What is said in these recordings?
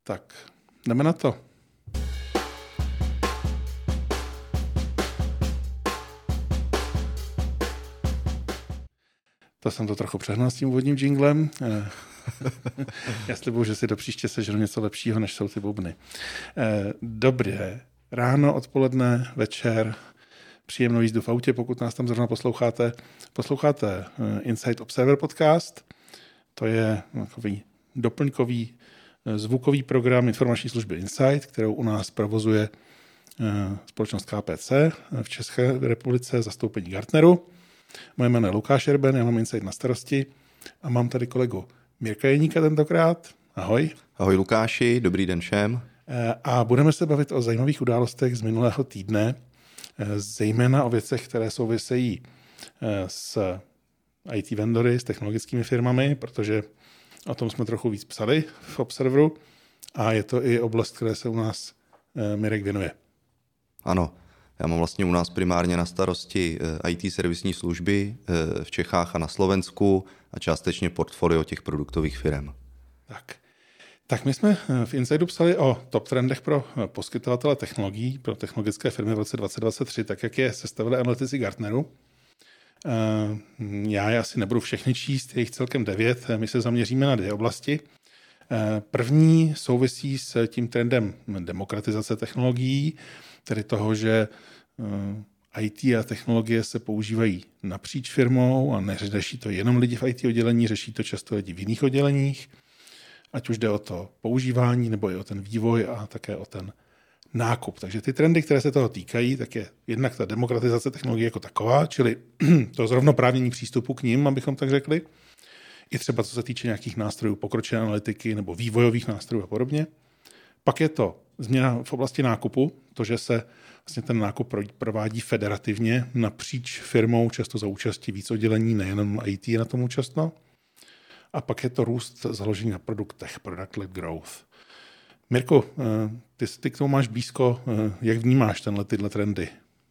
Tak, jdeme na to. To jsem to trochu přehnal s tím úvodním jinglem. Já slibuju, že si do příště seženu něco lepšího, než jsou ty bubny. Dobré ráno, odpoledne, večer, příjemnou jízdu v autě, pokud nás tam zrovna posloucháte. Posloucháte Inside Observer podcast. To je takový doplňkový zvukový program informační služby Insight, kterou u nás provozuje společnost KPC v České republice, zastoupení Gartneru. Moje jméno je Lukáš Erben, já mám Insight na starosti a mám tady kolegu Mirka Jeníka tentokrát. Ahoj. Ahoj Lukáši, dobrý den všem. A budeme se bavit o zajímavých událostech z minulého týdne, zejména o věcech, které souvisejí s IT vendory, s technologickými firmami, protože o tom jsme trochu víc psali v Observeru a je to i oblast, které se u nás Mirek věnuje. Ano, já mám vlastně u nás primárně na starosti IT servisní služby v Čechách a na Slovensku a částečně portfolio těch produktových firm. Tak my jsme v Insideu psali o top trendech pro poskytovatele technologií, pro technologické firmy v roce 2023, tak jak je sestavili analytici Gartneru. Já je asi nebudu všechny číst, je jich celkem 9, my se zaměříme na 2 oblasti. První souvisí s tím trendem demokratizace technologií, tedy toho, že IT a technologie se používají napříč firmou a neřeší to jenom lidi v IT oddělení, řeší to často lidi v jiných odděleních, ať už jde o to používání, nebo i o ten vývoj a také o ten nákup. Takže ty trendy, které se toho týkají, tak je jednak ta demokratizace technologie jako taková, čili to zrovnoprávnění přístupu k nim, abychom tak řekli, i třeba co se týče nějakých nástrojů pokročilé analytiky nebo vývojových nástrojů a podobně. Pak je to změna v oblasti nákupu, to, že se vlastně ten nákup provádí federativně napříč firmou, často za účastí víc oddělení, nejenom IT je na tom účastno. A pak je to růst založený na produktech, product-led growth. Mirku, ty k tomu máš blízko, jak vnímáš tyhle trendy?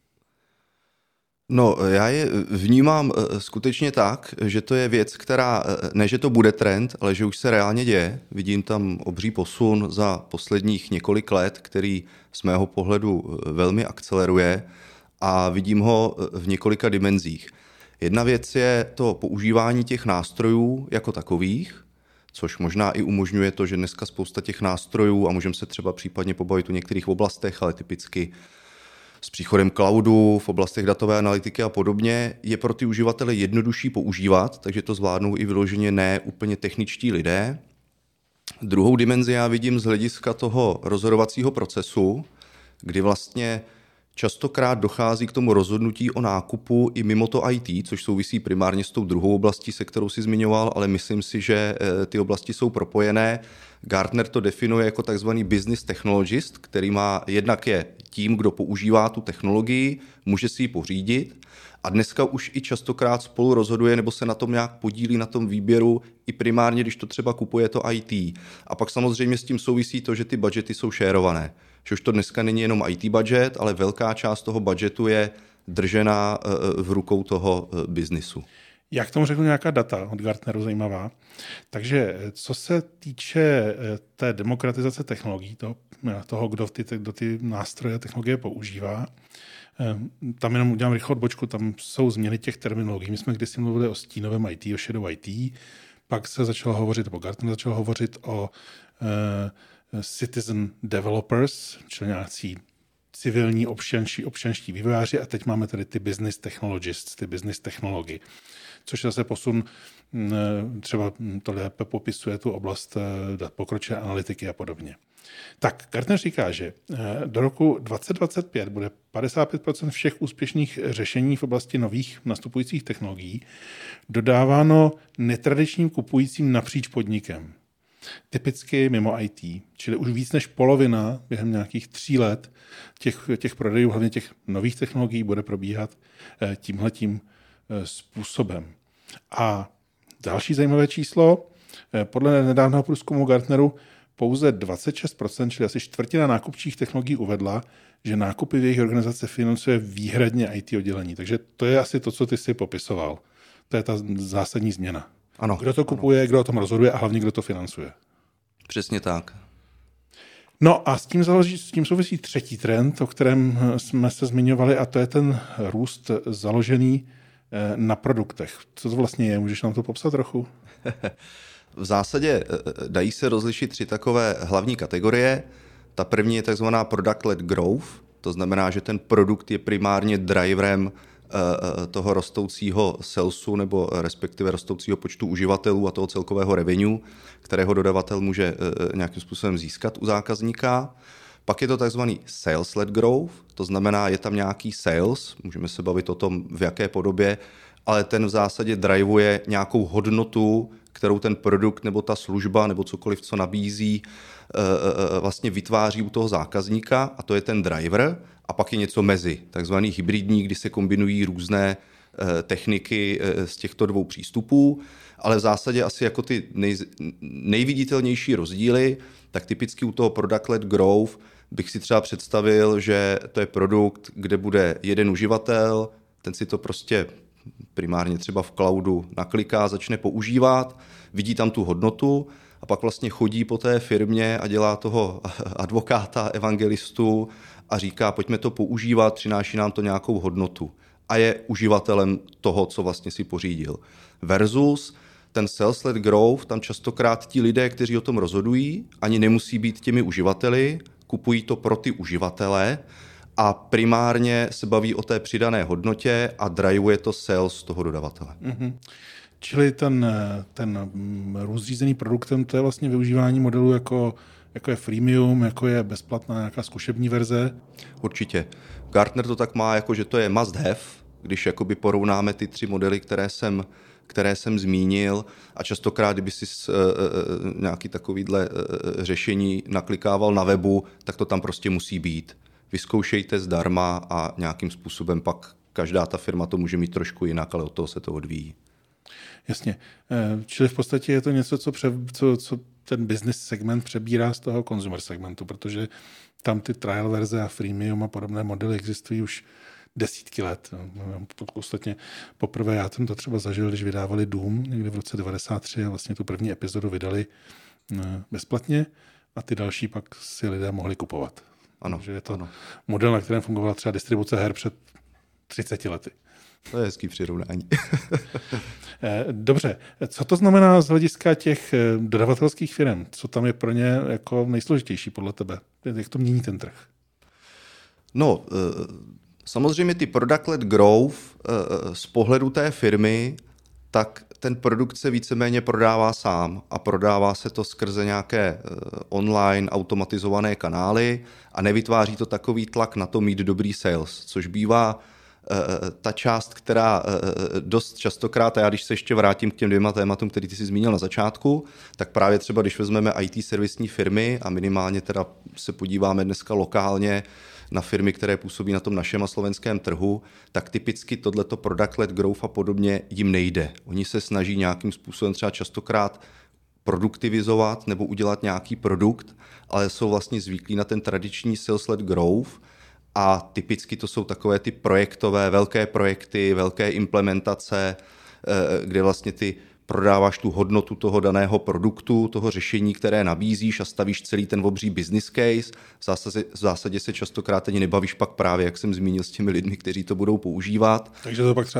No, já je vnímám skutečně tak, že to je věc, která, ne že to bude trend, ale že už se reálně děje. Vidím tam obří posun za posledních několik let, který z mého pohledu velmi akceleruje a vidím ho v několika dimenzích. Jedna věc je to používání těch nástrojů jako takových, což možná i umožňuje to, že dneska spousta těch nástrojů, a můžeme se třeba případně pobavit o některých oblastech, ale typicky s příchodem cloudu, v oblastech datové analytiky a podobně, je pro ty uživatele jednodušší používat, takže to zvládnou i vyloženě ne úplně techničtí lidé. Druhou dimenzi já vidím z hlediska toho rozhodovacího procesu, kdy vlastně častokrát dochází k tomu rozhodnutí o nákupu i mimo to IT, což souvisí primárně s tou druhou oblastí, se kterou si zmiňoval, ale myslím si, že ty oblasti jsou propojené. Gartner to definuje jako takzvaný business technologist, který má jednak je tím, kdo používá tu technologii, může si ji pořídit a dneska už i častokrát spolu rozhoduje nebo se na tom nějak podílí na tom výběru i primárně, když to třeba kupuje to IT. A pak samozřejmě s tím souvisí to, že ty budgety jsou šérované. Že už to dneska není jenom IT budget, ale velká část toho budgetu je držená v rukou toho biznisu. Já k tomu řeknu nějaká data od Gartneru zajímavá. Takže co se týče té demokratizace technologií, toho kdo ty nástroje a technologie používá, tam jenom udělám rychlou odbočku, tam jsou změny těch terminologií. My jsme kdysi mluvili o stínovém IT, o shadow IT, pak se začalo hovořit, nebo Gartner začal hovořit o citizen developers, čili nějací civilní občanští vývojáři a teď máme tady ty business technologists, ty business technology, což je zase posun, třeba to lépe popisuje tu oblast pokročilé analytiky a podobně. Tak Gartner říká, že do roku 2025 bude 55% všech úspěšných řešení v oblasti nových nastupujících technologií dodáváno netradičním kupujícím napříč podnikem. Typicky mimo IT, čili už víc než polovina během nějakých 3 let těch prodejů, hlavně těch nových technologií, bude probíhat tímhletím způsobem. A další zajímavé číslo, podle nedávného průzkumu Gartneru pouze 26%, čili asi čtvrtina nákupčích technologií uvedla, že nákupy v jejich organizace financuje výhradně IT oddělení. Takže to je asi to, co ty si popisoval. To je ta zásadní změna. Ano, kdo to kupuje, kdo o tom rozhoduje a hlavně kdo to financuje. Přesně tak. No a s tím souvisí třetí trend, o kterém jsme se zmiňovali, a to je ten růst založený na produktech. Co to vlastně je? Můžeš nám to popsat trochu? V zásadě dají se rozlišit 3 takové hlavní kategorie. Ta první je takzvaná product-led growth, to znamená, že ten produkt je primárně driverem toho rostoucího salesu nebo respektive rostoucího počtu uživatelů a toho celkového revenue, kterého dodavatel může nějakým způsobem získat u zákazníka. Pak je to takzvaný sales-led growth, to znamená, je tam nějaký sales, můžeme se bavit o tom, v jaké podobě, ale ten v zásadě drivuje nějakou hodnotu, kterou ten produkt nebo ta služba nebo cokoliv, co nabízí, vlastně vytváří u toho zákazníka, a to je ten driver. A pak je něco mezi, takzvaný hybridní, kdy se kombinují různé techniky z těchto 2 přístupů, ale v zásadě asi jako ty nejviditelnější rozdíly, tak typicky u toho product-led growth bych si třeba představil, že to je produkt, kde bude jeden uživatel, ten si to prostě primárně třeba v cloudu nakliká, začne používat, vidí tam tu hodnotu a pak vlastně chodí po té firmě a dělá toho advokáta, evangelistu a říká, pojďme to používat, přináší nám to nějakou hodnotu. A je uživatelem toho, co vlastně si pořídil. Versus ten sales-led growth, tam častokrát ti lidé, kteří o tom rozhodují, ani nemusí být těmi uživateli, kupují to pro ty uživatele a primárně se baví o té přidané hodnotě a driveuje to sales toho dodavatele. Mm-hmm. Čili ten růst řízený produktem, to je vlastně využívání modelu jako je freemium, jako je bezplatná nějaká zkušební verze? Určitě. Gartner to tak má, jako že to je must have, když jakoby porovnáme ty 3 modely, které jsem zmínil, a častokrát, kdyby si nějaký takovýhle řešení naklikával na webu, tak to tam prostě musí být. Vyzkoušejte zdarma a nějakým způsobem pak každá ta firma to může mít trošku jinak, ale od toho se to odvíjí. Jasně. Čili v podstatě je to něco, co ten business segment přebírá z toho consumer segmentu, protože tam ty trial verze a freemium a podobné modely existují už desítky let. Ostatně poprvé já jsem to třeba zažil, když vydávali Doom někdy v roce 1993 a vlastně tu první epizodu vydali bezplatně a ty další pak si lidé mohli kupovat. Ano. Takže je to model, na kterém fungovala třeba distribuce her před 30 lety. To je hezký přirovnání. Dobře, co to znamená z hlediska těch dodavatelských firm? Co tam je pro ně jako nejsložitější podle tebe? Jak to mění ten trh? No, samozřejmě ty product-led growth z pohledu té firmy, tak ten produkt se víceméně prodává sám a prodává se to skrze nějaké online automatizované kanály a nevytváří to takový tlak na to mít dobrý sales, což bývá ta část, která dost častokrát, a já když se ještě vrátím k těm 2 tématům, který ty jsi zmínil na začátku, tak právě třeba když vezmeme IT servisní firmy a minimálně teda se podíváme dneska lokálně na firmy, které působí na tom našem a slovenském trhu, tak typicky tohleto product-led growth a podobně jim nejde. Oni se snaží nějakým způsobem třeba častokrát produktivizovat nebo udělat nějaký produkt, ale jsou vlastně zvyklí na ten tradiční sales-led growth. A typicky to jsou takové ty projektové, velké projekty, velké implementace, kde vlastně ty prodáváš tu hodnotu toho daného produktu, toho řešení, které nabízíš a stavíš celý ten obří business case. V zásadě se častokrát ani nebavíš pak právě, jak jsem zmínil, s těmi lidmi, kteří to budou používat. Takže to pak třeba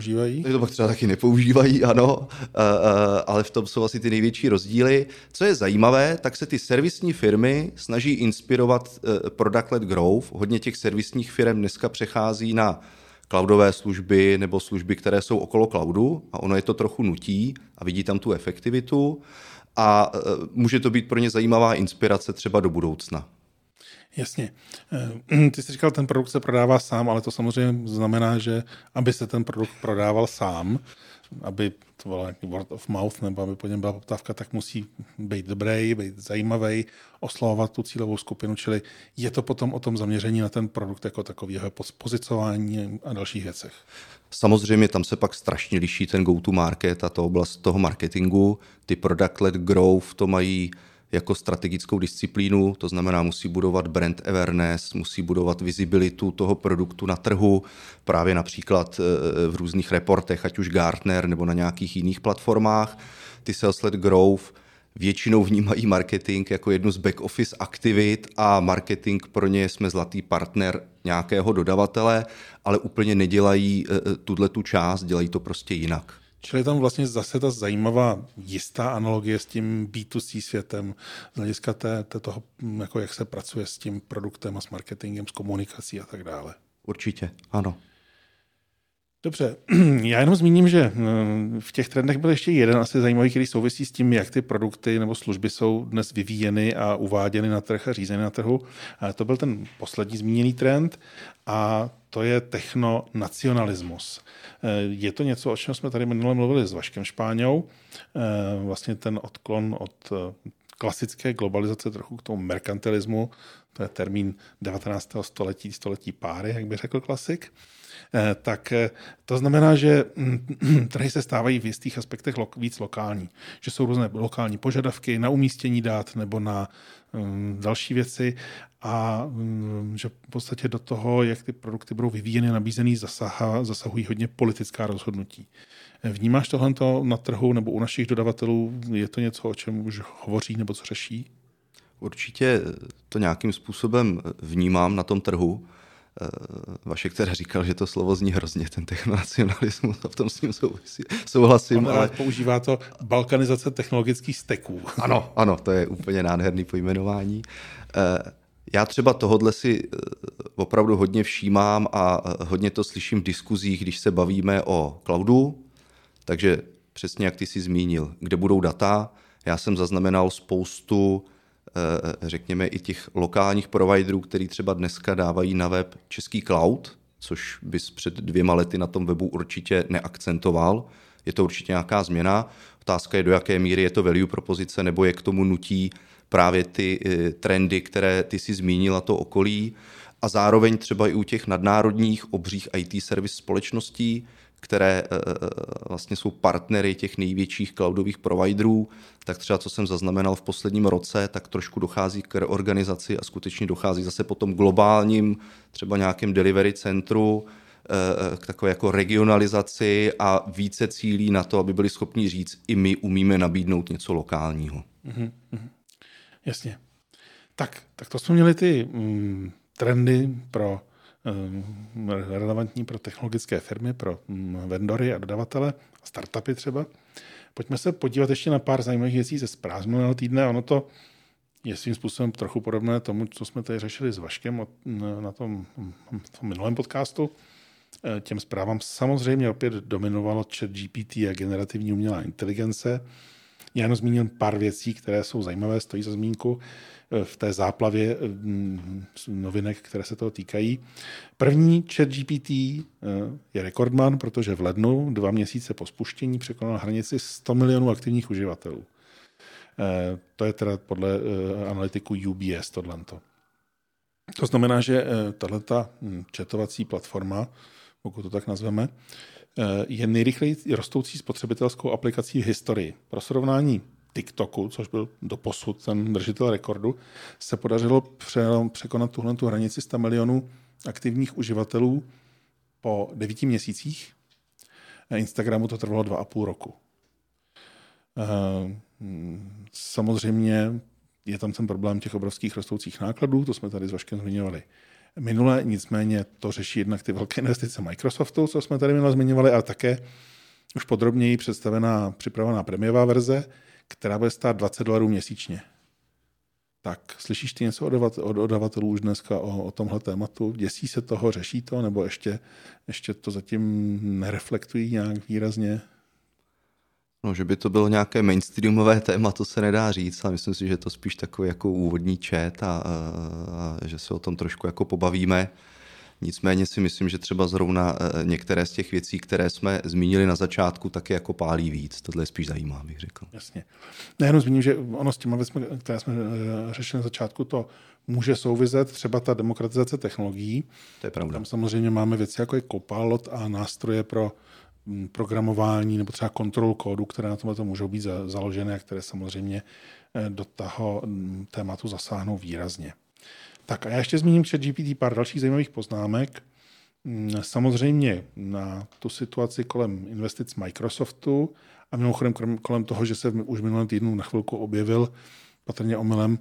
taky nepoužívají. Ano, ale v tom jsou asi ty největší rozdíly. Co je zajímavé, tak se ty servisní firmy snaží inspirovat product-led growth. Hodně těch servisních firm dneska přechází na cloudové služby nebo služby, které jsou okolo cloudu a ono je to trochu nutí a vidí tam tu efektivitu a může to být pro ně zajímavá inspirace třeba do budoucna. Jasně. Ty jsi říkal, ten produkt se prodává sám, ale to samozřejmě znamená, že aby se ten produkt prodával sám, aby to bylo nějaký word of mouth, nebo aby po něm byla poptávka, tak musí být dobrý, být zajímavý, oslovovat tu cílovou skupinu, čili je to potom o tom zaměření na ten produkt jako takový, jeho pozicování a dalších věcech. Samozřejmě tam se pak strašně liší ten go-to-market a to oblast toho marketingu. Ty product-led growth to mají jako strategickou disciplínu, to znamená musí budovat brand awareness, musí budovat visibilitu toho produktu na trhu, právě například v různých reportech, ať už Gartner nebo na nějakých jiných platformách. Ty sales-led growth většinou vnímají marketing jako jednu z back office aktivit a marketing pro ně jsme zlatý partner nějakého dodavatele, ale úplně nedělají tu část, dělají to prostě jinak. Čili tam vlastně zase ta zajímavá jistá analogie s tím B2C světem, z hlediska toho, jako jak se pracuje s tím produktem a s marketingem, s komunikací a tak dále. Určitě, ano. Dobře, já jenom zmíním, že v těch trendech byl ještě jeden asi zajímavý, který souvisí s tím, jak ty produkty nebo služby jsou dnes vyvíjeny a uváděny na trh a řízeny na trhu. A to byl ten poslední zmíněný trend a to je technonacionalismus. Je to něco, o čem jsme tady minule mluvili s Vaškem Špáňou, vlastně ten odklon od klasické globalizace trochu k tomu merkantilismu, to je termín 19. století páry, jak by řekl klasik. Tak to znamená, že trhy se stávají v jistých aspektech víc lokální. Že jsou různé lokální požadavky na umístění dat nebo na další věci a že v podstatě do toho, jak ty produkty budou vyvíjeny a nabízený, zasahují hodně politická rozhodnutí. Vnímáš tohle na trhu nebo u našich dodavatelů? Je to něco, o čem už hovoří nebo co řeší? Určitě to nějakým způsobem vnímám na tom trhu. Vašek teda říkal, že to slovo zní hrozně, ten technonacionalismus, a v tom s ním souhlasím. Ale používá to balkanizace technologických steků. Ano, to je úplně nádherný pojmenování. Já třeba tohodle si opravdu hodně všímám a hodně to slyším v diskuzích, když se bavíme o cloudu, takže přesně jak ty jsi zmínil, kde budou data, já jsem zaznamenal spoustu řekněme i těch lokálních providerů, který třeba dneska dávají na web český cloud, což bys před 2 lety na tom webu určitě neakcentoval. Je to určitě nějaká změna. Otázka je, do jaké míry je to value propozice, nebo je k tomu nutí právě ty trendy, které ty si zmínila, to okolí. A zároveň třeba i u těch nadnárodních obřích IT service společností, které vlastně jsou partnery těch největších cloudových providerů, tak třeba co jsem zaznamenal v posledním roce, tak trošku dochází k reorganizaci a skutečně dochází zase po tom globálním třeba nějakém delivery centru k takové jako regionalizaci a více cílí na to, aby byli schopni říct, i my umíme nabídnout něco lokálního. Jasně. Tak to jsme měli ty trendy pro relevantní pro technologické firmy, pro vendory a dodavatele, startupy třeba. Pojďme se podívat ještě na pár zajímavých věcí ze zpráv minulého týdne. Ono to je svým způsobem trochu podobné tomu, co jsme tady řešili s Vaškem na tom minulém podcastu. Těm zprávám samozřejmě opět dominovalo ChatGPT a generativní umělá inteligence. Já jenom zmíním pár věcí, které jsou zajímavé, stojí za zmínku v té záplavě novinek, které se toho týkají. První ChatGPT je rekordman, protože v lednu, 2 měsíce po spuštění, překonal hranici 100 milionů aktivních uživatelů. To je teda podle analytiku UBS tohleto. To znamená, že tato chatovací platforma, pokud to tak nazveme, je nejrychleji rostoucí spotřebitelskou aplikací v historii. Pro srovnání TikToku, což byl doposud ten držitel rekordu, se podařilo překonat tuhletu hranici 100 milionů aktivních uživatelů po 9 měsících. Instagramu to trvalo 2,5 roku. Samozřejmě je tam ten problém těch obrovských rostoucích nákladů, to jsme tady s Vaškem zmiňovali minule, nicméně to řeší jednak ty velké investice Microsoftu, co jsme tady minule zmiňovali, ale také už podrobněji připravená prémiová verze, která bude stát $20 měsíčně. Tak slyšíš ty něco od dodavatelů už dneska o tomhle tématu? Děsí se toho, řeší to, nebo ještě to zatím nereflektují nějak výrazně? No, že by to bylo nějaké mainstreamové téma, to se nedá říct, a myslím si, že to spíš takový jako úvodní chat a že se o tom trošku jako pobavíme. Nicméně si myslím, že třeba zrovna některé z těch věcí, které jsme zmínili na začátku, taky jako pálí víc. Tohle je spíš zajímá, bych řekl. Jasně. Nejenom zmíním, že ono s těma věcmi, které jsme řešili na začátku, to může souviset, třeba ta demokratizace technologií. To je pravda. Tam samozřejmě máme věci jako je Copilot a nástroje pro programování nebo třeba kontrolu kódu, které na tomhle můžou být založené a které samozřejmě do toho tématu zasáhnou výrazně. Tak a já ještě zmíním ChatGPT pár dalších zajímavých poznámek. Samozřejmě na tu situaci kolem investic Microsoftu A mimochodem kolem toho, že se už minulý týdnu na chvilku objevil patrně omylem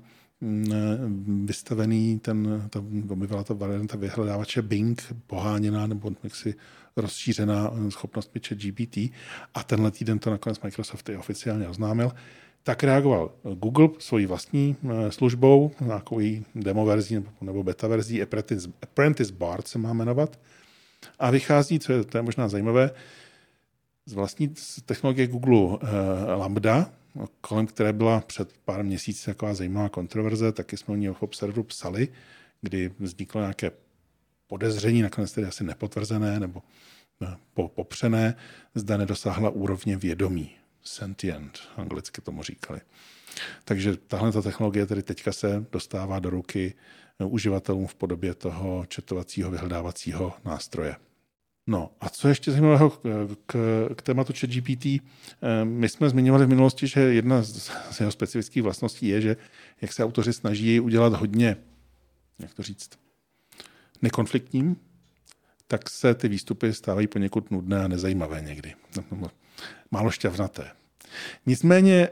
vystavený objevila ta varianta vyhledávače Bing poháněná nebo jaksi rozšířená schopnostmi ChatGPT a tenhle týden to nakonec Microsoft i oficiálně oznámil, tak reagoval Google svojí vlastní službou, nějakou demo verzí nebo beta verzí Apprentice Bard se má jmenovat a vychází, to je možná zajímavé, z vlastní technologie Google Lambda, kolem které byla před pár měsíci taková zajímavá kontroverze, taky jsme o ní v Observeru psali, kdy vzniklo nějaké podezření, nakonec tedy asi nepotvrzené nebo popřené, zda nedosáhla úrovně vědomí. Sentient, anglicky tomu říkali. Takže tahle ta technologie tedy teďka se dostává do ruky uživatelům v podobě toho četovacího vyhledávacího nástroje. No a co ještě zajímavého k tématu ChatGPT? My jsme zmiňovali v minulosti, že jedna z jeho specifických vlastností je, že jak se autoři snaží udělat hodně, jak to říct, nekonfliktním, tak se ty výstupy stávají poněkud nudné a nezajímavé někdy. Málo šťavnaté. Nicméně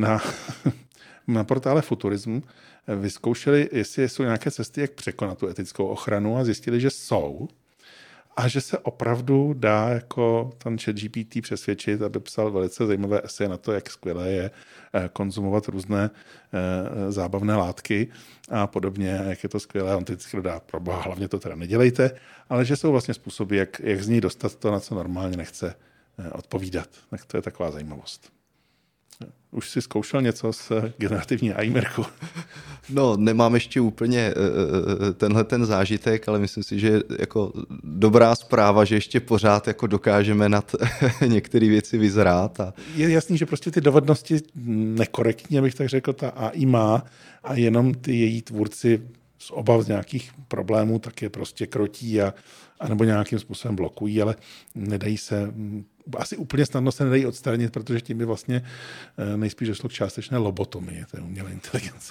na portále Futurism vyzkoušeli, jestli jsou nějaké cesty, jak překonat tu etickou ochranu a zjistili, že jsou. A že se opravdu dá jako ten ChatGPT přesvědčit, aby psal velice zajímavé eseje na to, jak skvělé je konzumovat různé zábavné látky a podobně, jak je to skvělé. On teď dodá, proboha, hlavně to teda nedělejte, ale že jsou vlastně způsoby, jak z ní dostat to, na co normálně nechce odpovídat. Tak to je taková zajímavost. Už jsi zkoušel něco s generativní AI, Mirku? No, nemám ještě úplně tenhle ten zážitek, ale myslím si, že je jako dobrá zpráva, že ještě pořád jako dokážeme nad některé věci vyzrát. Je jasný, že prostě ty dovednosti nekorektně, abych tak řekl, ta AI má a jenom ty její tvůrci z obav z nějakých problémů tak je prostě krotí a nebo nějakým způsobem blokují, ale nedají se, asi úplně snadno se nedají odstranit, protože tím by vlastně nejspíš došlo k částečné lobotomii té umělé inteligence.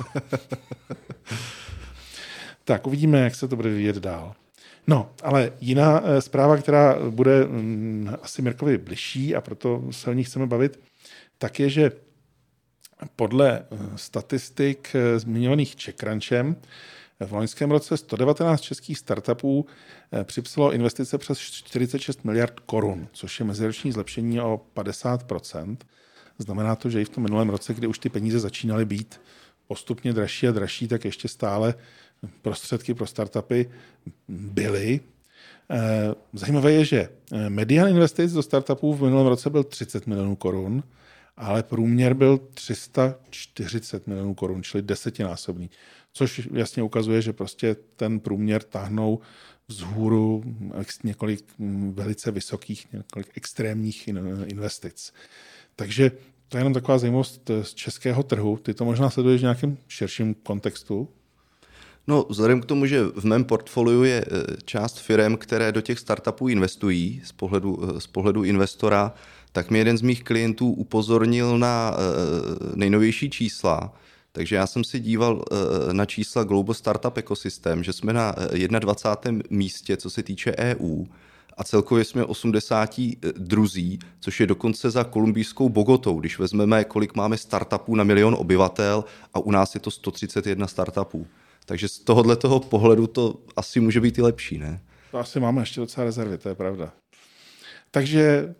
Tak, uvidíme, jak se to bude vyvíjet dál. No, ale jiná zpráva, která bude asi Mirkovi bližší a proto se o ní chceme bavit, tak je, že podle statistik zmiňovaných CzechCrunchem v loňském roce 119 českých startupů připsalo investice přes 46 miliard korun, což je meziroční zlepšení o 50%. Znamená to, že i v tom minulém roce, kdy už ty peníze začínaly být postupně dražší a dražší, tak ještě stále prostředky pro startupy byly. Zajímavé je, že medián investic do startupů v minulém roce byl 30 milionů korun, ale průměr byl 340 milionů korun, čili desetinásobný. Což jasně ukazuje, že prostě ten průměr táhnou vzhůru několik velice vysokých, několik extrémních investic. Takže to je jenom taková zajímavost z českého trhu. Ty to možná sleduješ v nějakém širším kontextu? No, vzhledem k tomu, že v mém portfoliu je část firem, které do těch startupů investují z pohledu investora, tak mi jeden z mých klientů upozornil na nejnovější čísla. Takže já jsem si díval na čísla Global Startup Ecosystem, že jsme na 21. místě, co se týče EU, a celkově jsme 82. což je dokonce za kolumbijskou Bogotou, když vezmeme, kolik máme startupů na 1 milion obyvatel a u nás je to 131 startupů. Takže z tohoto pohledu to asi může být i lepší, ne? To asi máme ještě docela rezervy, to je pravda. Takže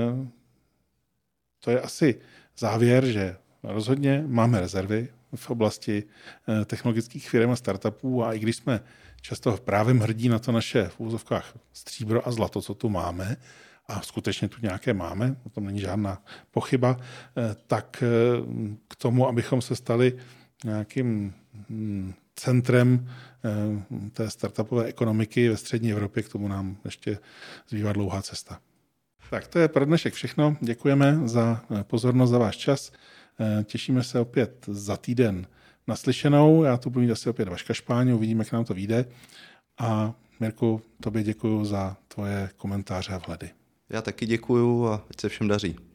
to je asi závěr, že rozhodně máme rezervy v oblasti technologických firm a startupů a i když jsme často právě hrdí na to naše v úvozovkách stříbro a zlato, co tu máme, a skutečně tu nějaké máme, o tom není žádná pochyba, tak k tomu, abychom se stali nějakým centrem té startupové ekonomiky ve střední Evropě, k tomu nám ještě zbývá dlouhá cesta. Tak to je pro dnešek všechno. Děkujeme za pozornost, za váš čas. Těšíme se opět za týden naslyšenou. Já tu budu mít asi opět Vaška Špáň, uvidíme, jak nám to vyjde. A Mirku, tobě děkuju za tvoje komentáře a vhledy. Já taky děkuju a ať se všem daří.